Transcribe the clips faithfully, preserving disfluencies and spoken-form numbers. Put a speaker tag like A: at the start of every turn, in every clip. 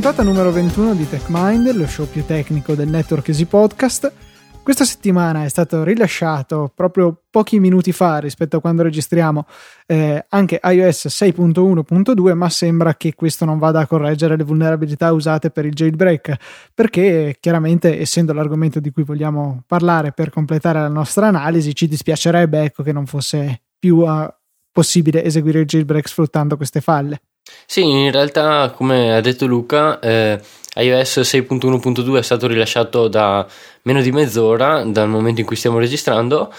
A: puntata numero ventuno di TechMind, lo show più tecnico del network Easy Podcast. Questa settimana è stato rilasciato proprio pochi minuti fa rispetto a quando registriamo eh, anche iOS sei punto uno punto due, ma sembra che questo non vada a correggere le vulnerabilità usate per il jailbreak, perché chiaramente, essendo l'argomento di cui vogliamo parlare per completare la nostra analisi, ci dispiacerebbe ecco che non fosse più uh, possibile eseguire il jailbreak sfruttando queste falle.
B: Sì, in realtà, come ha detto Luca, eh, iOS sei punto uno punto due è stato rilasciato da meno di mezz'ora dal momento in cui stiamo registrando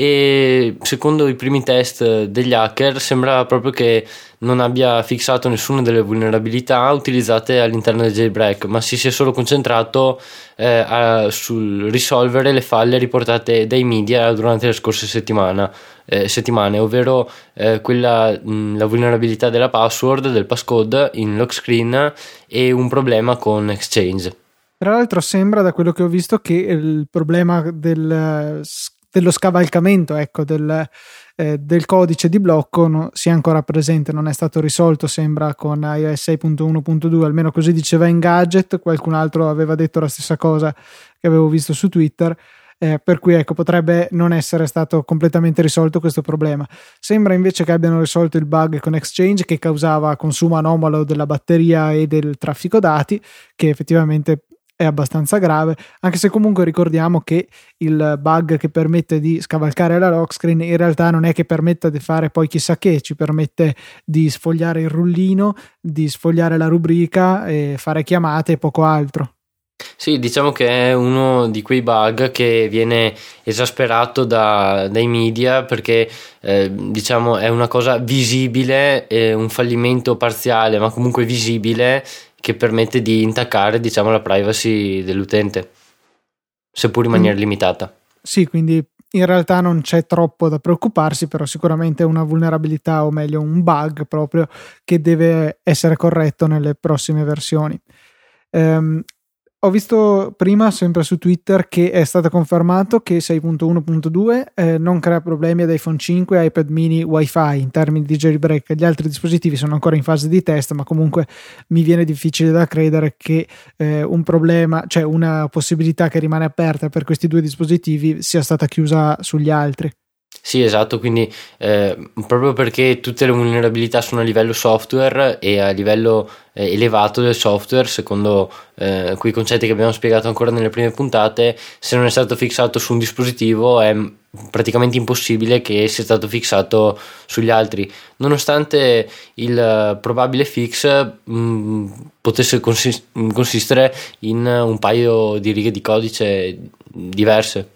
B: e secondo i primi test degli hacker sembra proprio che non abbia fissato nessuna delle vulnerabilità utilizzate all'interno del jailbreak, ma si sia solo concentrato eh, a, sul risolvere le falle riportate dai media durante le scorse settimana, eh, settimane, ovvero eh, quella mh, la vulnerabilità della password, del passcode in lock screen e un problema con Exchange.
A: Tra l'altro sembra, da quello che ho visto, che il problema del, dello scavalcamento ecco, del, eh, del codice di blocco no, sia ancora presente, non è stato risolto sembra con iOS sei punto uno punto due, almeno così diceva Engadget. Qualcun altro aveva detto la stessa cosa che avevo visto su Twitter, eh, per cui ecco potrebbe non essere stato completamente risolto questo problema. Sembra invece che abbiano risolto il bug con Exchange che causava consumo anomalo della batteria e del traffico dati, che effettivamente è abbastanza grave, anche se comunque ricordiamo che il bug che permette di scavalcare la lock screen in realtà non è che permetta di fare poi chissà che, ci permette di sfogliare il rullino, di sfogliare la rubrica e fare chiamate e poco altro.
B: Sì, diciamo che è uno di quei bug che viene esasperato da, dai media perché eh, diciamo è una cosa visibile, è un fallimento parziale ma comunque visibile che permette di intaccare diciamo la privacy dell'utente, seppur in maniera mm. limitata.
A: Sì, quindi in realtà non c'è troppo da preoccuparsi, però sicuramente è una vulnerabilità, o meglio un bug proprio, che deve essere corretto nelle prossime versioni. Um, Ho visto prima, sempre su Twitter, che è stato confermato che sei punto uno punto due eh, non crea problemi ad iPhone cinque e iPad mini Wi-Fi in termini di jailbreak. Gli altri dispositivi sono ancora in fase di test, ma comunque mi viene difficile da credere che eh, un problema, cioè una possibilità che rimane aperta per questi due dispositivi sia stata chiusa sugli altri.
B: Sì, esatto, quindi eh, proprio perché tutte le vulnerabilità sono a livello software e a livello eh, elevato del software, secondo eh, quei concetti che abbiamo spiegato ancora nelle prime puntate, se non è stato fissato su un dispositivo è praticamente impossibile che sia stato fissato sugli altri, nonostante il probabile fix mh, potesse consist- consistere in un paio di righe di codice diverse.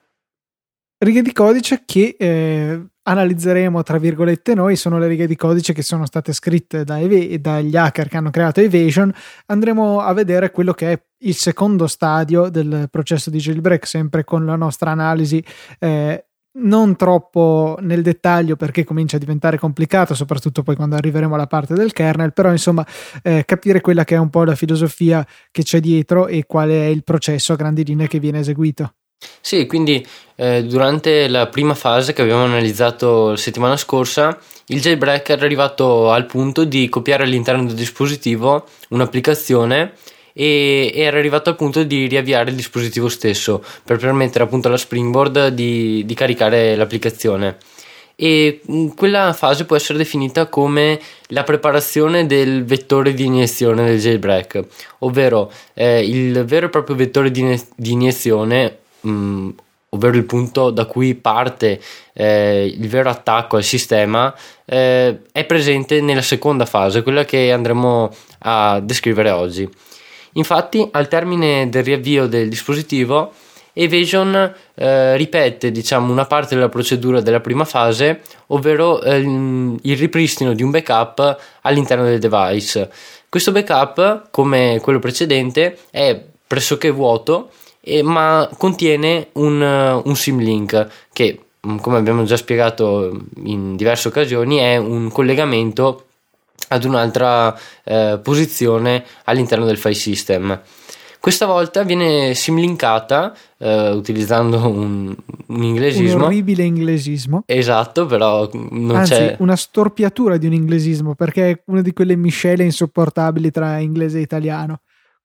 A: Righe di codice che eh, analizzeremo tra virgolette noi, sono le righe di codice che sono state scritte da Ev- dagli hacker che hanno creato Evasion. Andremo a vedere quello che è il secondo stadio del processo di jailbreak, sempre con la nostra analisi eh, non troppo nel dettaglio perché comincia a diventare complicato, soprattutto poi quando arriveremo alla parte del kernel, però insomma eh, capire quella che è un po' la filosofia che c'è dietro e quale è il processo a grandi linee che viene eseguito.
B: Sì, quindi eh, durante la prima fase che abbiamo analizzato la settimana scorsa, il jailbreak era arrivato al punto di copiare all'interno del dispositivo un'applicazione e era arrivato al punto di riavviare il dispositivo stesso per permettere appunto alla Springboard di, di caricare l'applicazione. E quella fase può essere definita come la preparazione del vettore di iniezione del jailbreak, ovvero eh, il vero e proprio vettore di, ine- di iniezione, mh, ovvero il punto da cui parte eh, il vero attacco al sistema, eh, è presente nella seconda fase, quella che andremo a descrivere oggi. Infatti, al termine del riavvio del dispositivo, Evasion eh, ripete diciamo una parte della procedura della prima fase, ovvero eh, il ripristino di un backup all'interno del device. Questo backup, come quello precedente, è pressoché vuoto, eh, ma contiene un, un symlink che, come abbiamo già spiegato in diverse occasioni, è un collegamento ad un'altra eh, posizione all'interno del file system. Questa volta viene simlinkata eh, utilizzando un, un inglesismo.
A: Un orribile inglesismo.
B: Esatto, però non
A: Anzi,
B: c'è.
A: una storpiatura di un inglesismo, perché è una di quelle miscele insopportabili tra inglese e italiano.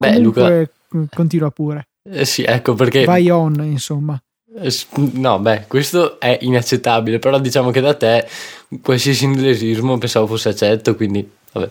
B: Beh,
A: Comunque,
B: Luca,
A: continua pure.
B: Eh sì, ecco perché.
A: Vai on, insomma.
B: No, beh, questo è inaccettabile, però diciamo che da te qualsiasi inglesismo pensavo fosse accetto, quindi vabbè.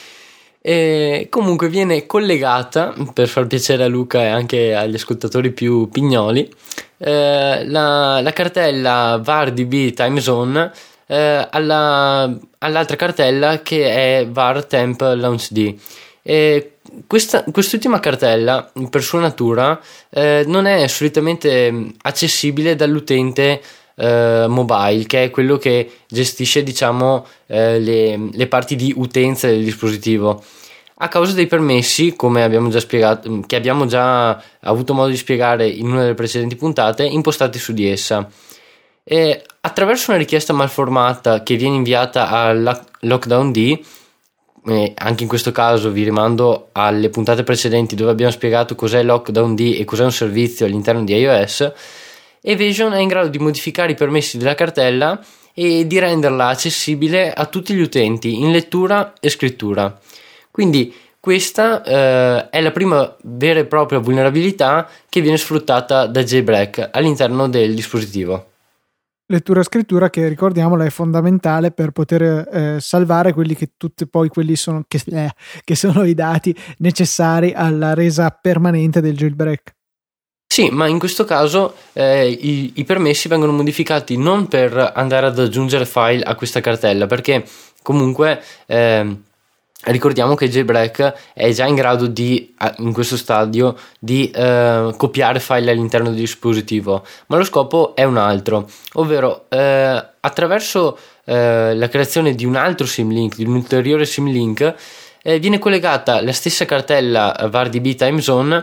B: E comunque viene collegata, per far piacere a Luca e anche agli ascoltatori più pignoli, eh, la, la cartella var.db time zone eh, alla, all'altra cartella che è var temp launched. E questa, quest'ultima cartella per sua natura eh, non è solitamente accessibile dall'utente eh, mobile, che è quello che gestisce, diciamo, eh, le, le parti di utenza del dispositivo, a causa dei permessi, come abbiamo già spiegato, che abbiamo già avuto modo di spiegare in una delle precedenti puntate, impostati su di essa. E attraverso una richiesta malformata che viene inviata al lockdown-d, eh, anche in questo caso vi rimando alle puntate precedenti dove abbiamo spiegato cos'è lockdown-d e cos'è un servizio all'interno di iOS, Evasion è in grado di modificare i permessi della cartella e di renderla accessibile a tutti gli utenti in lettura e scrittura. Quindi questa eh, è la prima vera e propria vulnerabilità che viene sfruttata da jailbreak all'interno del dispositivo.
A: Lettura e scrittura che, ricordiamola, è fondamentale per poter eh, salvare quelli che tutti poi quelli sono che, eh, che sono i dati necessari alla resa permanente del jailbreak.
B: Sì, ma in questo caso eh, i, i permessi vengono modificati non per andare ad aggiungere file a questa cartella, perché comunque eh, ricordiamo che il jailbreak è già in grado di, in questo stadio, di eh, copiare file all'interno del dispositivo, ma lo scopo è un altro, ovvero eh, attraverso eh, la creazione di un altro symlink, di un ulteriore symlink, eh, viene collegata la stessa cartella var.db time zone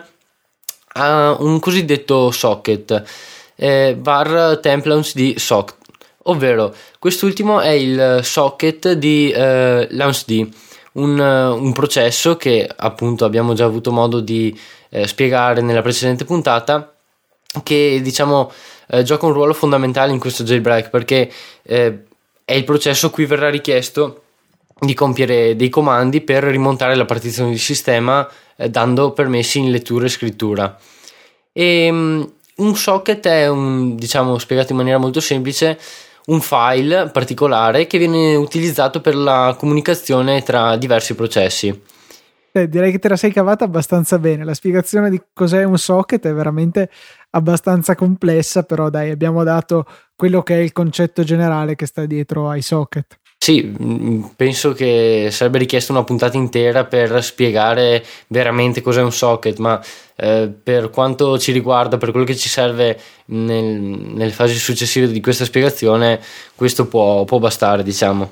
B: a un cosiddetto socket, eh, var temp launched socket, ovvero quest'ultimo è il socket di eh, launched, un, un processo che appunto abbiamo già avuto modo di eh, spiegare nella precedente puntata, che diciamo eh, gioca un ruolo fondamentale in questo jailbreak, perché eh, è il processo a cui verrà richiesto di compiere dei comandi per rimontare la partizione di sistema eh, dando permessi in lettura e scrittura. E um, un socket è un, diciamo, spiegato in maniera molto semplice, un file particolare che viene utilizzato per la comunicazione tra diversi processi.
A: Eh, direi che te la sei cavata abbastanza bene. La spiegazione di cos'è un socket è veramente abbastanza complessa, però dai, abbiamo dato quello che è il concetto generale che sta dietro ai socket.
B: Sì, penso che sarebbe richiesta una puntata intera per spiegare veramente cos'è un socket, ma eh, per quanto ci riguarda, per quello che ci serve nel, nelle fasi successive di questa spiegazione, questo può, può bastare, diciamo.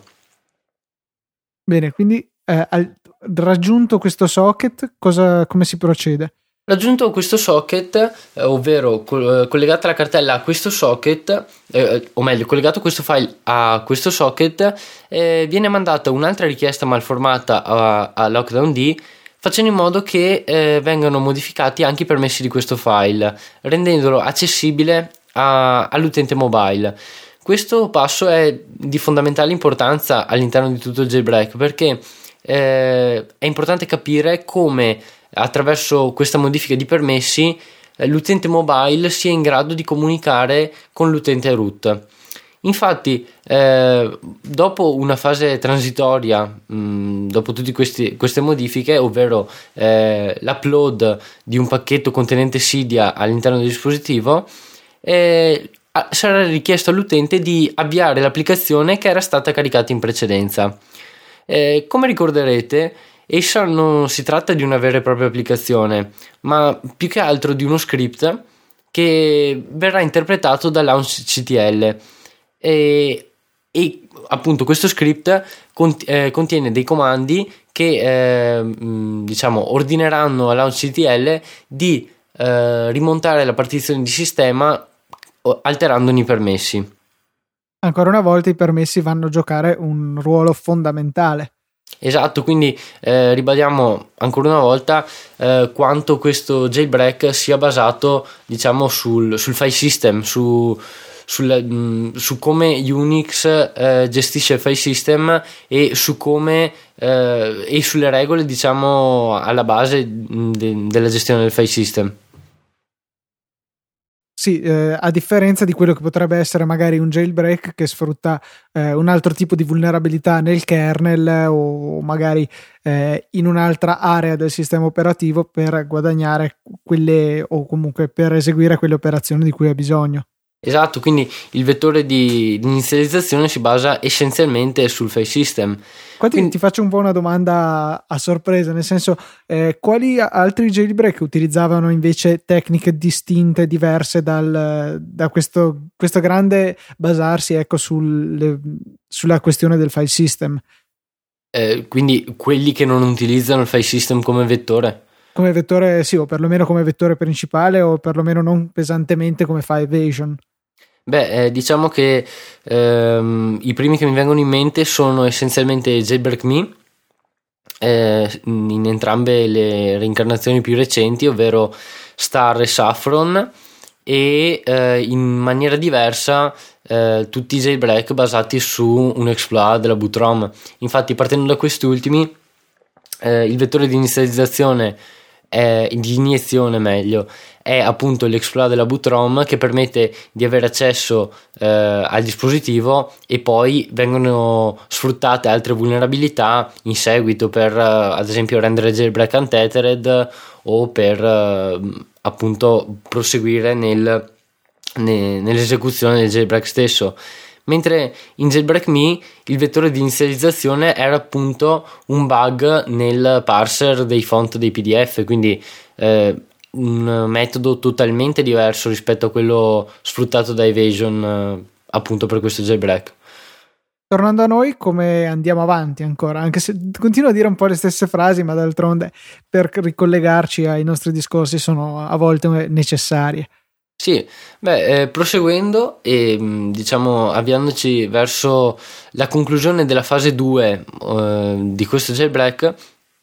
A: Bene, quindi eh, al, raggiunto questo socket, cosa, come si procede?
B: Raggiunto questo socket, eh, ovvero co- collegata la cartella a questo socket, eh, o meglio, collegato questo file a questo socket, eh, viene mandata un'altra richiesta malformata a, a lockdown-d, facendo in modo che eh, vengano modificati anche i permessi di questo file, rendendolo accessibile a, all'utente mobile. Questo passo è di fondamentale importanza all'interno di tutto il jailbreak, perché eh, è importante capire come attraverso questa modifica di permessi eh, l'utente mobile sia in grado di comunicare con l'utente root. Infatti eh, dopo una fase transitoria, mh, dopo tutte questi, queste modifiche, ovvero eh, l'upload di un pacchetto contenente Cydia all'interno del dispositivo, eh, sarà richiesto all'utente di avviare l'applicazione che era stata caricata in precedenza. Eh, come ricorderete, essa non si tratta di una vera e propria applicazione, ma più che altro di uno script che verrà interpretato da launchctl e, e appunto questo script cont- eh, contiene dei comandi che eh, mh, diciamo ordineranno a launchctl di eh, rimontare la partizione di sistema alterandone i permessi.
A: Ancora una volta i permessi vanno a giocare un ruolo fondamentale.
B: Esatto, quindi eh, ribadiamo ancora una volta eh, quanto questo jailbreak sia basato, diciamo, sul, sul file system, su, sulla, mh, su come Unix eh, gestisce il file system e su come eh, e sulle regole, diciamo, alla base de, della gestione del file system.
A: Sì, eh, a differenza di quello che potrebbe essere magari un jailbreak che sfrutta eh, un altro tipo di vulnerabilità nel kernel o magari eh, in un'altra area del sistema operativo per guadagnare quelle o comunque per eseguire quelle operazioni di cui ha bisogno.
B: Esatto, quindi il vettore di, di inizializzazione si basa essenzialmente sul file system.
A: Qua ti,
B: quindi,
A: ti faccio un po' una domanda a sorpresa, nel senso, eh, quali altri jailbreak utilizzavano invece tecniche distinte, diverse dal, da questo, questo grande basarsi, ecco, sul, sulla questione del file system?
B: Eh, quindi quelli che non utilizzano il file system come vettore?
A: Come vettore, sì, o perlomeno come vettore principale, o perlomeno non pesantemente come fa Evasion.
B: Beh, eh, diciamo che ehm, i primi che mi vengono in mente sono essenzialmente JailbreakMe, eh, in entrambe le reincarnazioni più recenti, ovvero Star e Saffron, e eh, in maniera diversa eh, tutti i jailbreak basati su un exploit della boot ROM. Infatti, partendo da questi ultimi, eh, il vettore di inizializzazione è, di iniezione meglio è appunto l'exploit della boot ROM, che permette di avere accesso eh, al dispositivo e poi vengono sfruttate altre vulnerabilità in seguito per eh, ad esempio rendere jailbreak untethered o per eh, appunto proseguire nel, ne, nell'esecuzione del jailbreak stesso. Mentre in JailbreakMe il vettore di inizializzazione era appunto un bug nel parser dei font dei P D F, quindi eh, un metodo totalmente diverso rispetto a quello sfruttato da Evasion eh, appunto per questo jailbreak.
A: Tornando a noi, come andiamo avanti ancora, anche se continuo a dire un po' le stesse frasi, ma d'altronde per ricollegarci ai nostri discorsi sono a volte necessarie.
B: Sì, beh, eh, proseguendo e diciamo avviandoci verso la conclusione della fase due eh, di questo jailbreak,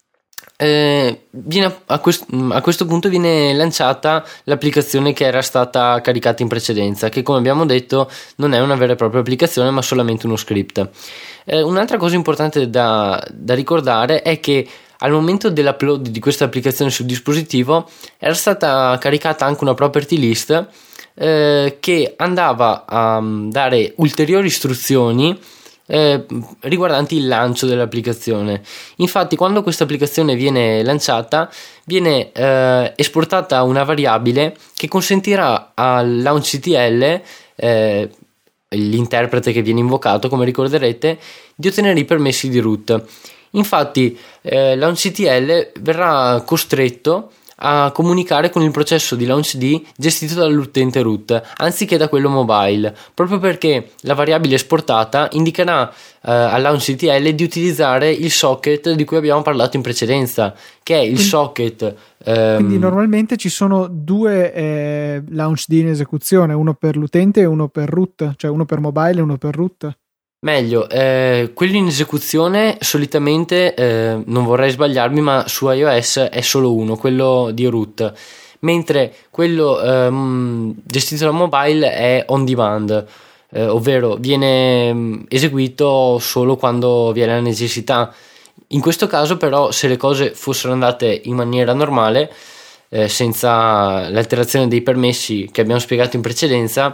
B: eh, viene a, quest- a questo punto viene lanciata l'applicazione che era stata caricata in precedenza, che come abbiamo detto non è una vera e propria applicazione ma solamente uno script. Eh, un'altra cosa importante da, da ricordare è che al momento dell'upload di questa applicazione sul dispositivo era stata caricata anche una property list eh, che andava a dare ulteriori istruzioni eh, riguardanti il lancio dell'applicazione. Infatti, quando questa applicazione viene lanciata, viene eh, esportata una variabile che consentirà al launchctl, eh, l'interprete che viene invocato, come ricorderete, di ottenere i permessi di root. Infatti eh, launchctl verrà costretto a comunicare con il processo di launchd gestito dall'utente root anziché da quello mobile, proprio perché la variabile esportata indicherà eh, al launchctl di utilizzare il socket di cui abbiamo parlato in precedenza, che è il quindi, socket ehm...
A: quindi normalmente ci sono due eh, launchd in esecuzione, uno per l'utente e uno per root, cioè uno per mobile e uno per root.
B: Meglio, eh, quello in esecuzione solitamente, eh, non vorrei sbagliarmi, ma su iOS è solo uno, quello di root, mentre quello ehm, gestito da mobile è on demand, eh, ovvero viene eseguito solo quando vi è la necessità. In questo caso però, se le cose fossero andate in maniera normale, eh, senza l'alterazione dei permessi che abbiamo spiegato in precedenza,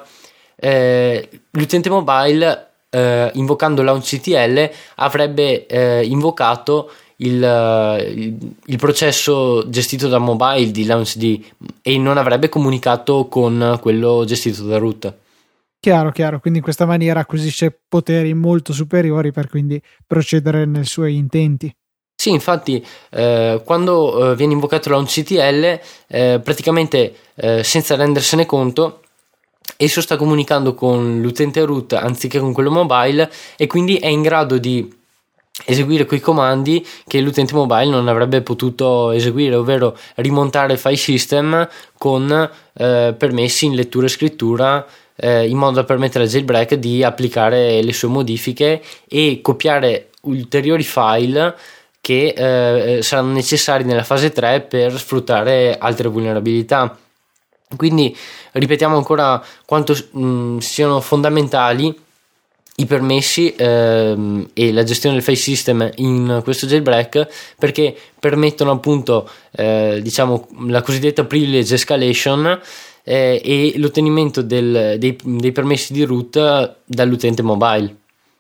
B: eh, l'utente mobile Uh, invocando launchctl avrebbe uh, invocato il, uh, il, il processo gestito da mobile di launchd e non avrebbe comunicato con quello gestito da root.
A: Chiaro, chiaro, quindi in questa maniera acquisisce poteri molto superiori per quindi procedere nei suoi intenti.
B: Sì, infatti eh, quando eh, viene invocato launchctl eh, praticamente eh, senza rendersene conto esso sta comunicando con l'utente root anziché con quello mobile e quindi è in grado di eseguire quei comandi che l'utente mobile non avrebbe potuto eseguire, ovvero rimontare il file system con eh, permessi in lettura e scrittura eh, in modo da permettere al jailbreak di applicare le sue modifiche e copiare ulteriori file che eh, saranno necessari nella fase tre per sfruttare altre vulnerabilità. Quindi ripetiamo ancora quanto mh, siano fondamentali i permessi ehm, e la gestione del file system in questo jailbreak, perché permettono appunto eh, diciamo la cosiddetta privilege escalation eh, e l'ottenimento del, dei, dei permessi di root dall'utente mobile.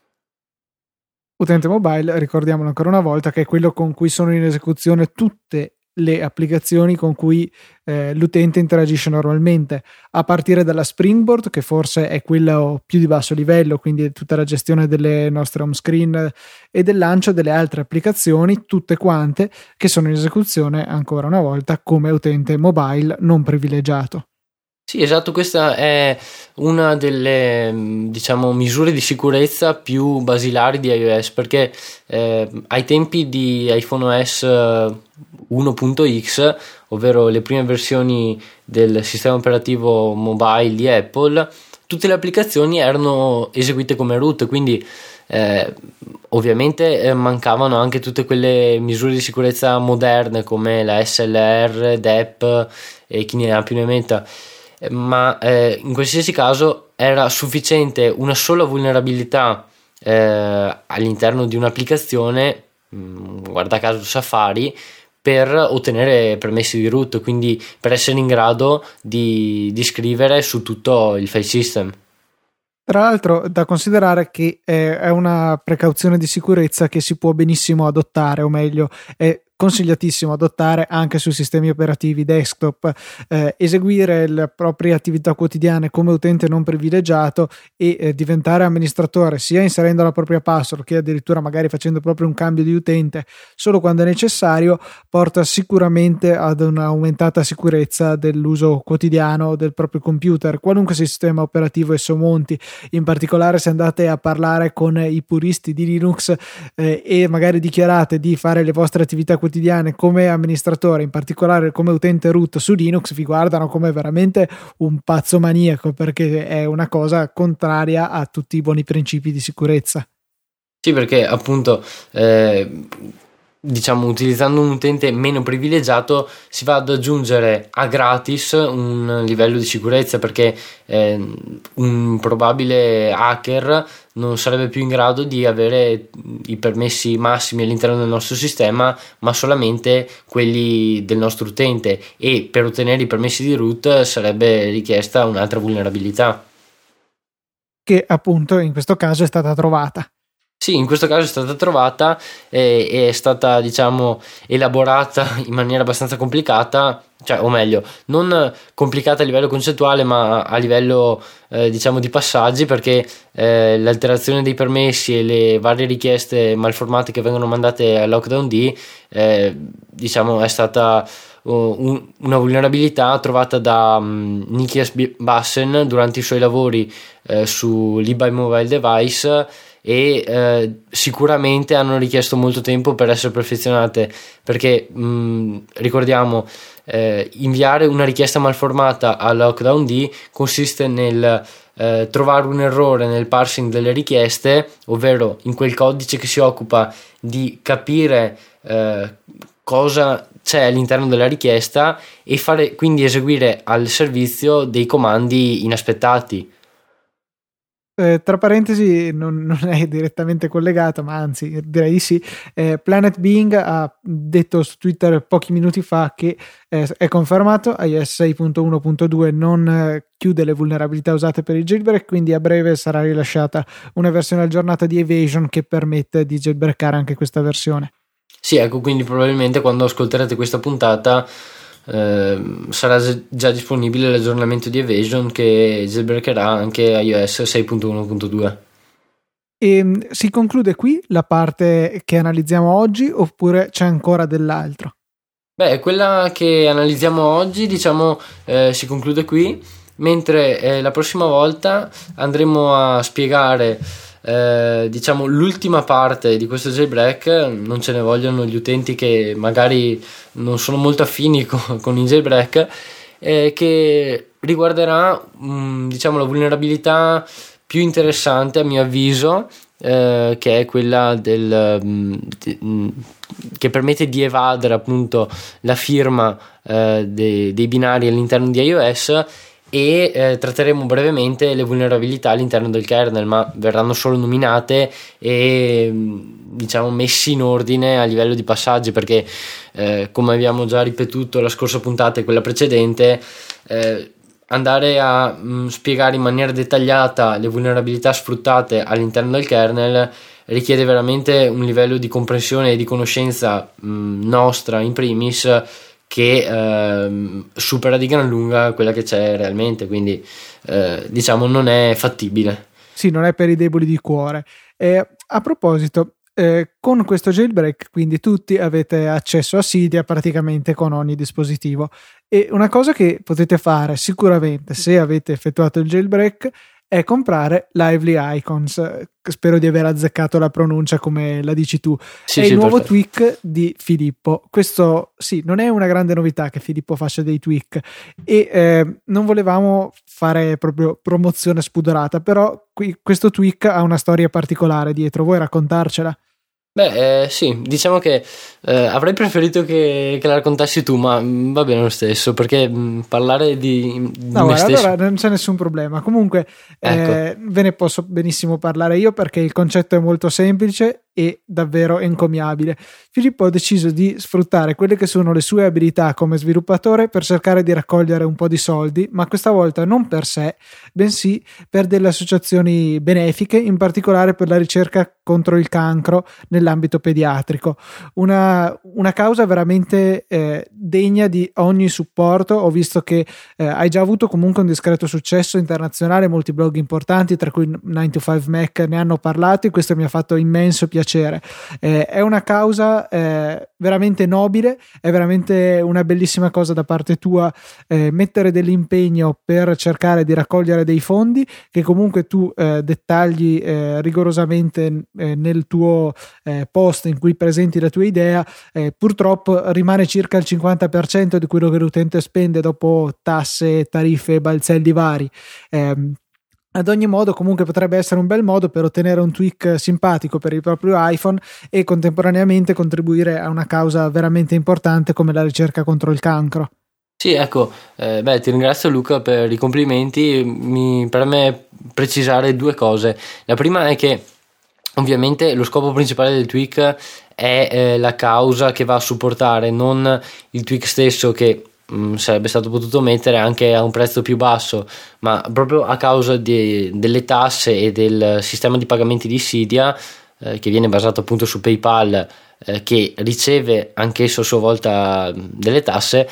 A: Utente mobile, ricordiamolo ancora una volta, che è quello con cui sono in esecuzione tutte le applicazioni con cui eh, l'utente interagisce normalmente, a partire dalla Springboard, che forse è quello più di basso livello, quindi tutta la gestione delle nostre home screen e del lancio delle altre applicazioni, tutte quante che sono in esecuzione ancora una volta come utente mobile non privilegiato.
B: Sì, esatto, questa è una delle diciamo misure di sicurezza più basilari di iOS, perché eh, ai tempi di iPhone O S uno punto X, ovvero le prime versioni del sistema operativo mobile di Apple, tutte le applicazioni erano eseguite come root, quindi eh, ovviamente eh, mancavano anche tutte quelle misure di sicurezza moderne come la S L R, D E P e chi ne ha più ne metta. Ma eh, in qualsiasi caso era sufficiente una sola vulnerabilità eh, all'interno di un'applicazione, mh, guarda caso Safari, per ottenere permessi di root, quindi per essere in grado di, di scrivere su tutto il file system.
A: Tra l'altro, da considerare che è una precauzione di sicurezza che si può benissimo adottare, o meglio è consigliatissimo adottare anche sui sistemi operativi desktop, eh, eseguire le proprie attività quotidiane come utente non privilegiato e eh, diventare amministratore, sia inserendo la propria password che addirittura magari facendo proprio un cambio di utente solo quando è necessario, porta sicuramente ad un'aumentata sicurezza dell'uso quotidiano del proprio computer, qualunque sistema operativo esso monti. In particolare, se andate a parlare con i puristi di Linux eh, e magari dichiarate di fare le vostre attività quotidiane come amministratore, in particolare come utente root su Linux, vi guardano come veramente un pazzo maniaco, perché è una cosa contraria a tutti i buoni principi di sicurezza.
B: Sì, perché appunto eh, diciamo utilizzando un utente meno privilegiato si va ad aggiungere a gratis un livello di sicurezza, perché eh, un probabile hacker non sarebbe più in grado di avere i permessi massimi all'interno del nostro sistema, ma solamente quelli del nostro utente, e per ottenere i permessi di root sarebbe richiesta un'altra vulnerabilità,
A: che appunto in questo caso è stata trovata.
B: Sì, in questo caso è stata trovata e è stata, diciamo, elaborata in maniera abbastanza complicata, cioè, o meglio, non complicata a livello concettuale, ma a livello, eh, diciamo, di passaggi, perché eh, l'alterazione dei permessi e le varie richieste malformate che vengono mandate a Lockdown-D, eh, diciamo, è stata un, una vulnerabilità trovata da um, Nikias Bassen durante i suoi lavori eh, su l'eBay Mobile Device, e eh, sicuramente hanno richiesto molto tempo per essere perfezionate, perché mh, ricordiamo eh, inviare una richiesta malformata a Lockdown-D consiste nel eh, trovare un errore nel parsing delle richieste, ovvero in quel codice che si occupa di capire eh, cosa c'è all'interno della richiesta, e fare quindi eseguire al servizio dei comandi inaspettati.
A: Eh, tra parentesi, non, non è direttamente collegato, ma anzi direi di sì. eh, Planet Being ha detto su Twitter pochi minuti fa che eh, è confermato iOS sei punto uno punto due non eh, chiude le vulnerabilità usate per il jailbreak, quindi a breve sarà rilasciata una versione aggiornata di Evasion che permette di jailbreakare anche questa versione.
B: Sì, ecco, quindi probabilmente quando ascolterete questa puntata Eh, sarà già disponibile l'aggiornamento di Evasion che jailbreakerà anche iOS sei punto uno punto due.
A: E si conclude qui la parte che analizziamo oggi, oppure c'è ancora dell'altro?
B: Beh, quella che analizziamo oggi, diciamo, eh, si conclude qui, mentre eh, la prossima volta andremo a spiegare Eh, diciamo l'ultima parte di questo jailbreak. Non ce ne vogliono gli utenti che magari non sono molto affini con, con il jailbreak, eh, che riguarderà mh, diciamo la vulnerabilità più interessante a mio avviso eh, che è quella del mh, di, mh, che permette di evadere appunto la firma eh, dei, dei binari all'interno di iOS, e eh, tratteremo brevemente le vulnerabilità all'interno del kernel, ma verranno solo nominate e diciamo messi in ordine a livello di passaggi, perché eh, come abbiamo già ripetuto la scorsa puntata e quella precedente, eh, andare a mh, spiegare in maniera dettagliata le vulnerabilità sfruttate all'interno del kernel richiede veramente un livello di comprensione e di conoscenza mh, nostra in primis, che eh, supera di gran lunga quella che c'è realmente, quindi eh, diciamo non è fattibile.
A: Sì, non è per i deboli di cuore. Eh, a proposito, eh, con questo jailbreak quindi tutti avete accesso a Cydia praticamente con ogni dispositivo, e una cosa che potete fare sicuramente se avete effettuato il jailbreak è comprare Lively Icons. Spero di aver azzeccato la pronuncia come la dici tu.
B: Sì,
A: è
B: sì,
A: il nuovo
B: perfetto.
A: tweak di Filippo. Questo sì, non è una grande novità che Filippo faccia dei tweak, e eh, non volevamo fare proprio promozione spudorata, però qui, questo tweak ha una storia particolare dietro. Vuoi raccontarcela?
B: Beh, eh, sì, diciamo che eh, avrei preferito che, che la raccontassi tu, ma mh, va bene lo stesso, perché mh, parlare di, di
A: No,
B: me
A: guarda,
B: stesso.
A: allora non c'è nessun problema. Comunque,
B: Ecco.
A: eh, ve ne posso benissimo parlare io, perché il concetto è molto semplice e davvero encomiabile. Filippo ha deciso di sfruttare quelle che sono le sue abilità come sviluppatore per cercare di raccogliere un po' di soldi, ma questa volta non per sé, bensì per delle associazioni benefiche, in particolare per la ricerca contro il cancro nell'ambito pediatrico. Una, una causa veramente eh, degna di ogni supporto. Ho visto che eh, hai già avuto comunque un discreto successo internazionale, molti blog importanti tra cui nine to five Mac ne hanno parlato, e questo mi ha fatto immenso piacere. Eh, è una causa eh, veramente nobile, è veramente una bellissima cosa da parte tua eh, mettere dell'impegno per cercare di raccogliere dei fondi che comunque tu eh, dettagli eh, rigorosamente eh, nel tuo eh, post in cui presenti la tua idea. Eh, purtroppo rimane circa il cinquanta per cento di quello che l'utente spende dopo tasse, tariffe e balzelli vari. Eh, Ad ogni modo, comunque potrebbe essere un bel modo per ottenere un tweak simpatico per il proprio iPhone e contemporaneamente contribuire a una causa veramente importante come la ricerca contro il cancro.
B: Sì, ecco, eh, beh, ti ringrazio Luca per i complimenti. Mi preme precisare due cose. La prima è che ovviamente lo scopo principale del tweak è eh, la causa che va a supportare, non il tweak stesso, che mh, sarebbe stato potuto mettere anche a un prezzo più basso, ma proprio a causa di, delle tasse e del sistema di pagamenti di Cydia, eh, che viene basato appunto su PayPal, eh, che riceve anch'esso a sua volta delle tasse.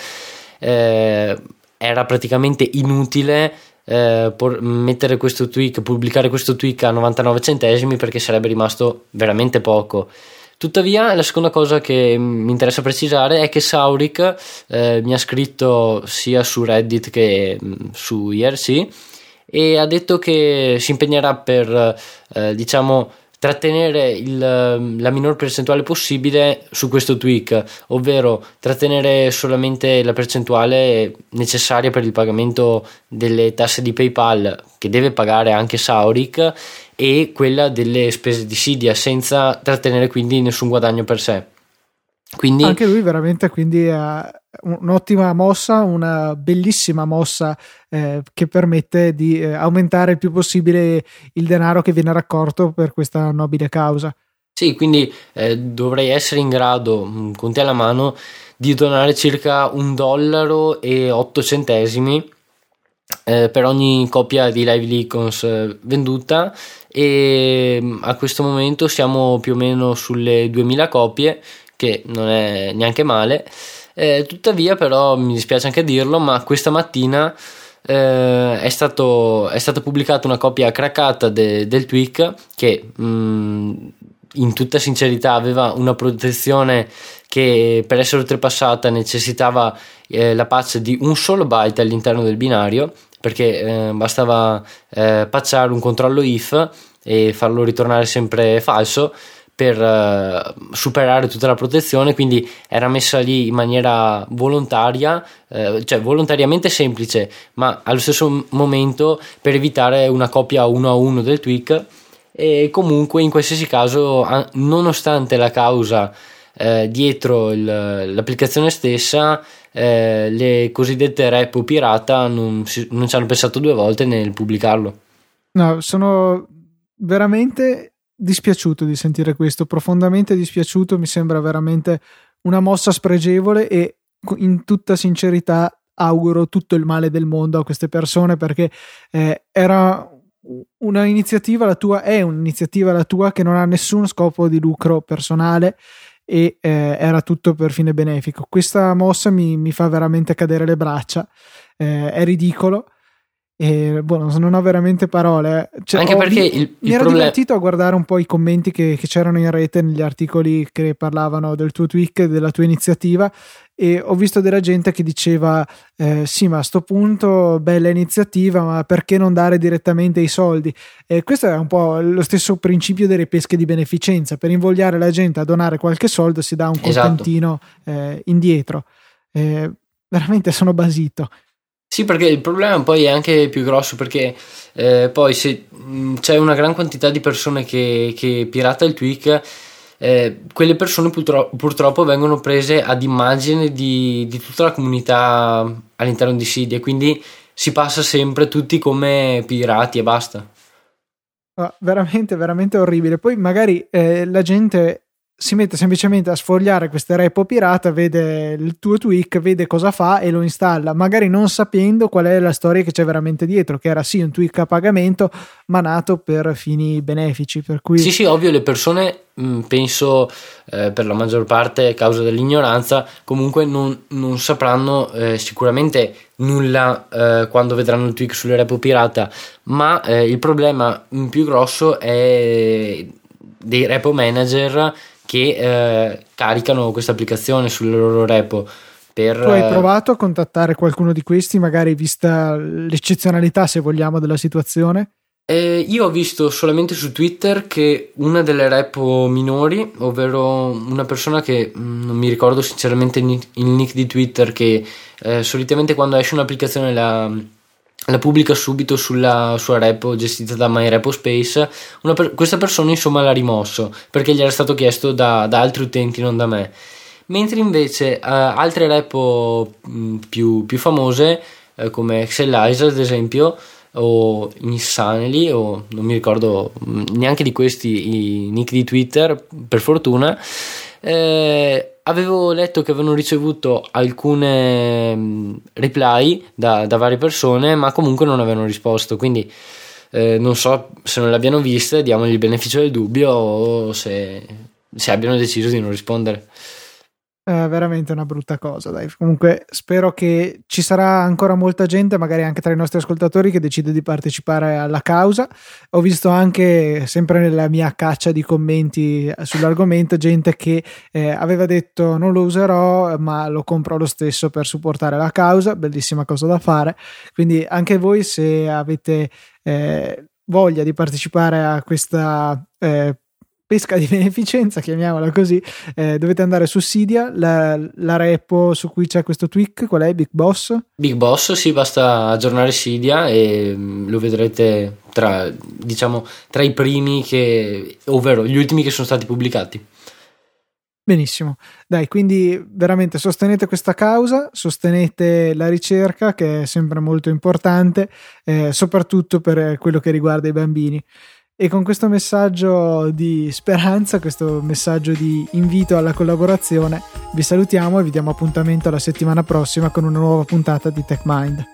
B: Eh, era praticamente inutile eh, por- mettere questo tweak, pubblicare questo tweak a novantanove centesimi, perché sarebbe rimasto veramente poco. Tuttavia, la seconda cosa che mi interessa precisare è che Saurik eh, mi ha scritto sia su Reddit che mh, su I R C, e ha detto che si impegnerà per eh, diciamo trattenere il, la minor percentuale possibile su questo tweak, ovvero trattenere solamente la percentuale necessaria per il pagamento delle tasse di PayPal, che deve pagare anche Saurik, e quella delle spese di Cydia, senza trattenere quindi nessun guadagno per sé. Quindi
A: anche lui veramente quindi ha un'ottima mossa, una bellissima mossa eh, che permette di eh, aumentare il più possibile il denaro che viene raccolto per questa nobile causa.
B: Sì, quindi eh, dovrei essere in grado, mh, con te alla mano, di donare circa un dollaro e otto centesimi eh, per ogni copia di Lively Icons eh, venduta, e mh, a questo momento siamo più o meno sulle duemila copie, che non è neanche male. Eh, tuttavia però mi dispiace anche dirlo, ma questa mattina eh, è, stato, è stata pubblicata una copia craccata de, del tweak, che mh, in tutta sincerità aveva una protezione che per essere oltrepassata necessitava eh, la patch di un solo byte all'interno del binario, perché eh, bastava eh, patchare un controllo if e farlo ritornare sempre falso per uh, superare tutta la protezione. Quindi era messa lì in maniera volontaria, eh, cioè volontariamente semplice, ma allo stesso momento per evitare una copia uno a uno del tweak, e comunque in qualsiasi caso, nonostante la causa eh, dietro il, l'applicazione stessa, eh, le cosiddette repo pirata non, si, non ci hanno pensato due volte nel pubblicarlo.
A: No, sono veramente dispiaciuto di sentire questo, profondamente dispiaciuto. Mi sembra veramente una mossa spregevole e in tutta sincerità auguro tutto il male del mondo a queste persone, perché eh, era una iniziativa la tua, è un'iniziativa la tua che non ha nessun scopo di lucro personale e eh, era tutto per fine benefico. Questa mossa mi, mi fa veramente cadere le braccia, eh, è ridicolo. E boh, non ho veramente parole, cioè,
B: anche perché
A: vi-
B: il, il
A: mi ero
B: problem-
A: divertito a guardare un po' i commenti che, che c'erano in rete negli articoli che parlavano del tuo tweet, della tua iniziativa, e ho visto della gente che diceva eh, sì, ma a sto punto bella iniziativa, ma perché non dare direttamente i soldi? E questo è un po' lo stesso principio delle pesche di beneficenza: per invogliare la gente a donare qualche soldo si dà un contentino eh, indietro. Eh, veramente sono basito.
B: Sì, perché il problema poi è anche più grosso, perché eh, poi se mh, c'è una gran quantità di persone che, che pirata il tweet, eh, quelle persone purtro- purtroppo vengono prese ad immagine di, di tutta la comunità all'interno di Cydia, quindi si passa sempre tutti come pirati e basta.
A: Ah, veramente, veramente orribile. Poi magari eh, la gente si mette semplicemente a sfogliare queste repo pirata, vede il tuo tweet, vede cosa fa e lo installa, magari non sapendo qual è la storia che c'è veramente dietro, che era sì un tweet a pagamento ma nato per fini benefici, per cui
B: sì sì ovvio, le persone mh, penso eh, per la maggior parte a causa dell'ignoranza comunque non, non sapranno eh, sicuramente nulla eh, quando vedranno il tweet sulle repo pirata, ma eh, il problema più grosso è dei repo manager che eh, caricano questa applicazione sulle loro repo. Per,
A: tu hai provato a contattare qualcuno di questi, magari vista l'eccezionalità, se vogliamo, della situazione?
B: Eh, io ho visto solamente su Twitter che una delle repo minori, ovvero una persona che mh, non mi ricordo sinceramente il nick, il nick di Twitter, che eh, solitamente quando esce un'applicazione la, la pubblica subito sulla sua repo gestita da MyRepoSpace, una per, questa persona insomma l'ha rimosso perché gli era stato chiesto da, da altri utenti, non da me. Mentre invece eh, altre repo mh, più, più famose eh, come Excelize ad esempio, o Insanely, o non mi ricordo neanche di questi i nick di Twitter per fortuna, eh, avevo letto che avevano ricevuto alcune reply da, da varie persone, ma comunque non avevano risposto, quindi eh, non so se non le abbiano viste, diamogli il beneficio del dubbio, o se, se abbiano deciso di non rispondere.
A: È veramente una brutta cosa, dai. Comunque spero che ci sarà ancora molta gente, magari anche tra i nostri ascoltatori, che decide di partecipare alla causa. Ho visto anche, sempre nella mia caccia di commenti sull'argomento, gente che eh, aveva detto non lo userò ma lo compro lo stesso per supportare la causa. Bellissima cosa da fare. Quindi anche voi, se avete eh, voglia di partecipare a questa eh, pesca di beneficenza, chiamiamola così, eh, dovete andare su Cydia, la, la repo su cui c'è questo tweak, qual è? Big Boss?
B: Big Boss, sì, basta aggiornare Cydia e lo vedrete tra, diciamo, tra i primi che, ovvero gli ultimi che sono stati pubblicati.
A: Benissimo, dai, quindi veramente sostenete questa causa, sostenete la ricerca, che è sempre molto importante, eh, soprattutto per quello che riguarda i bambini. E con questo messaggio di speranza, questo messaggio di invito alla collaborazione, vi salutiamo e vi diamo appuntamento la settimana prossima con una nuova puntata di TechMind.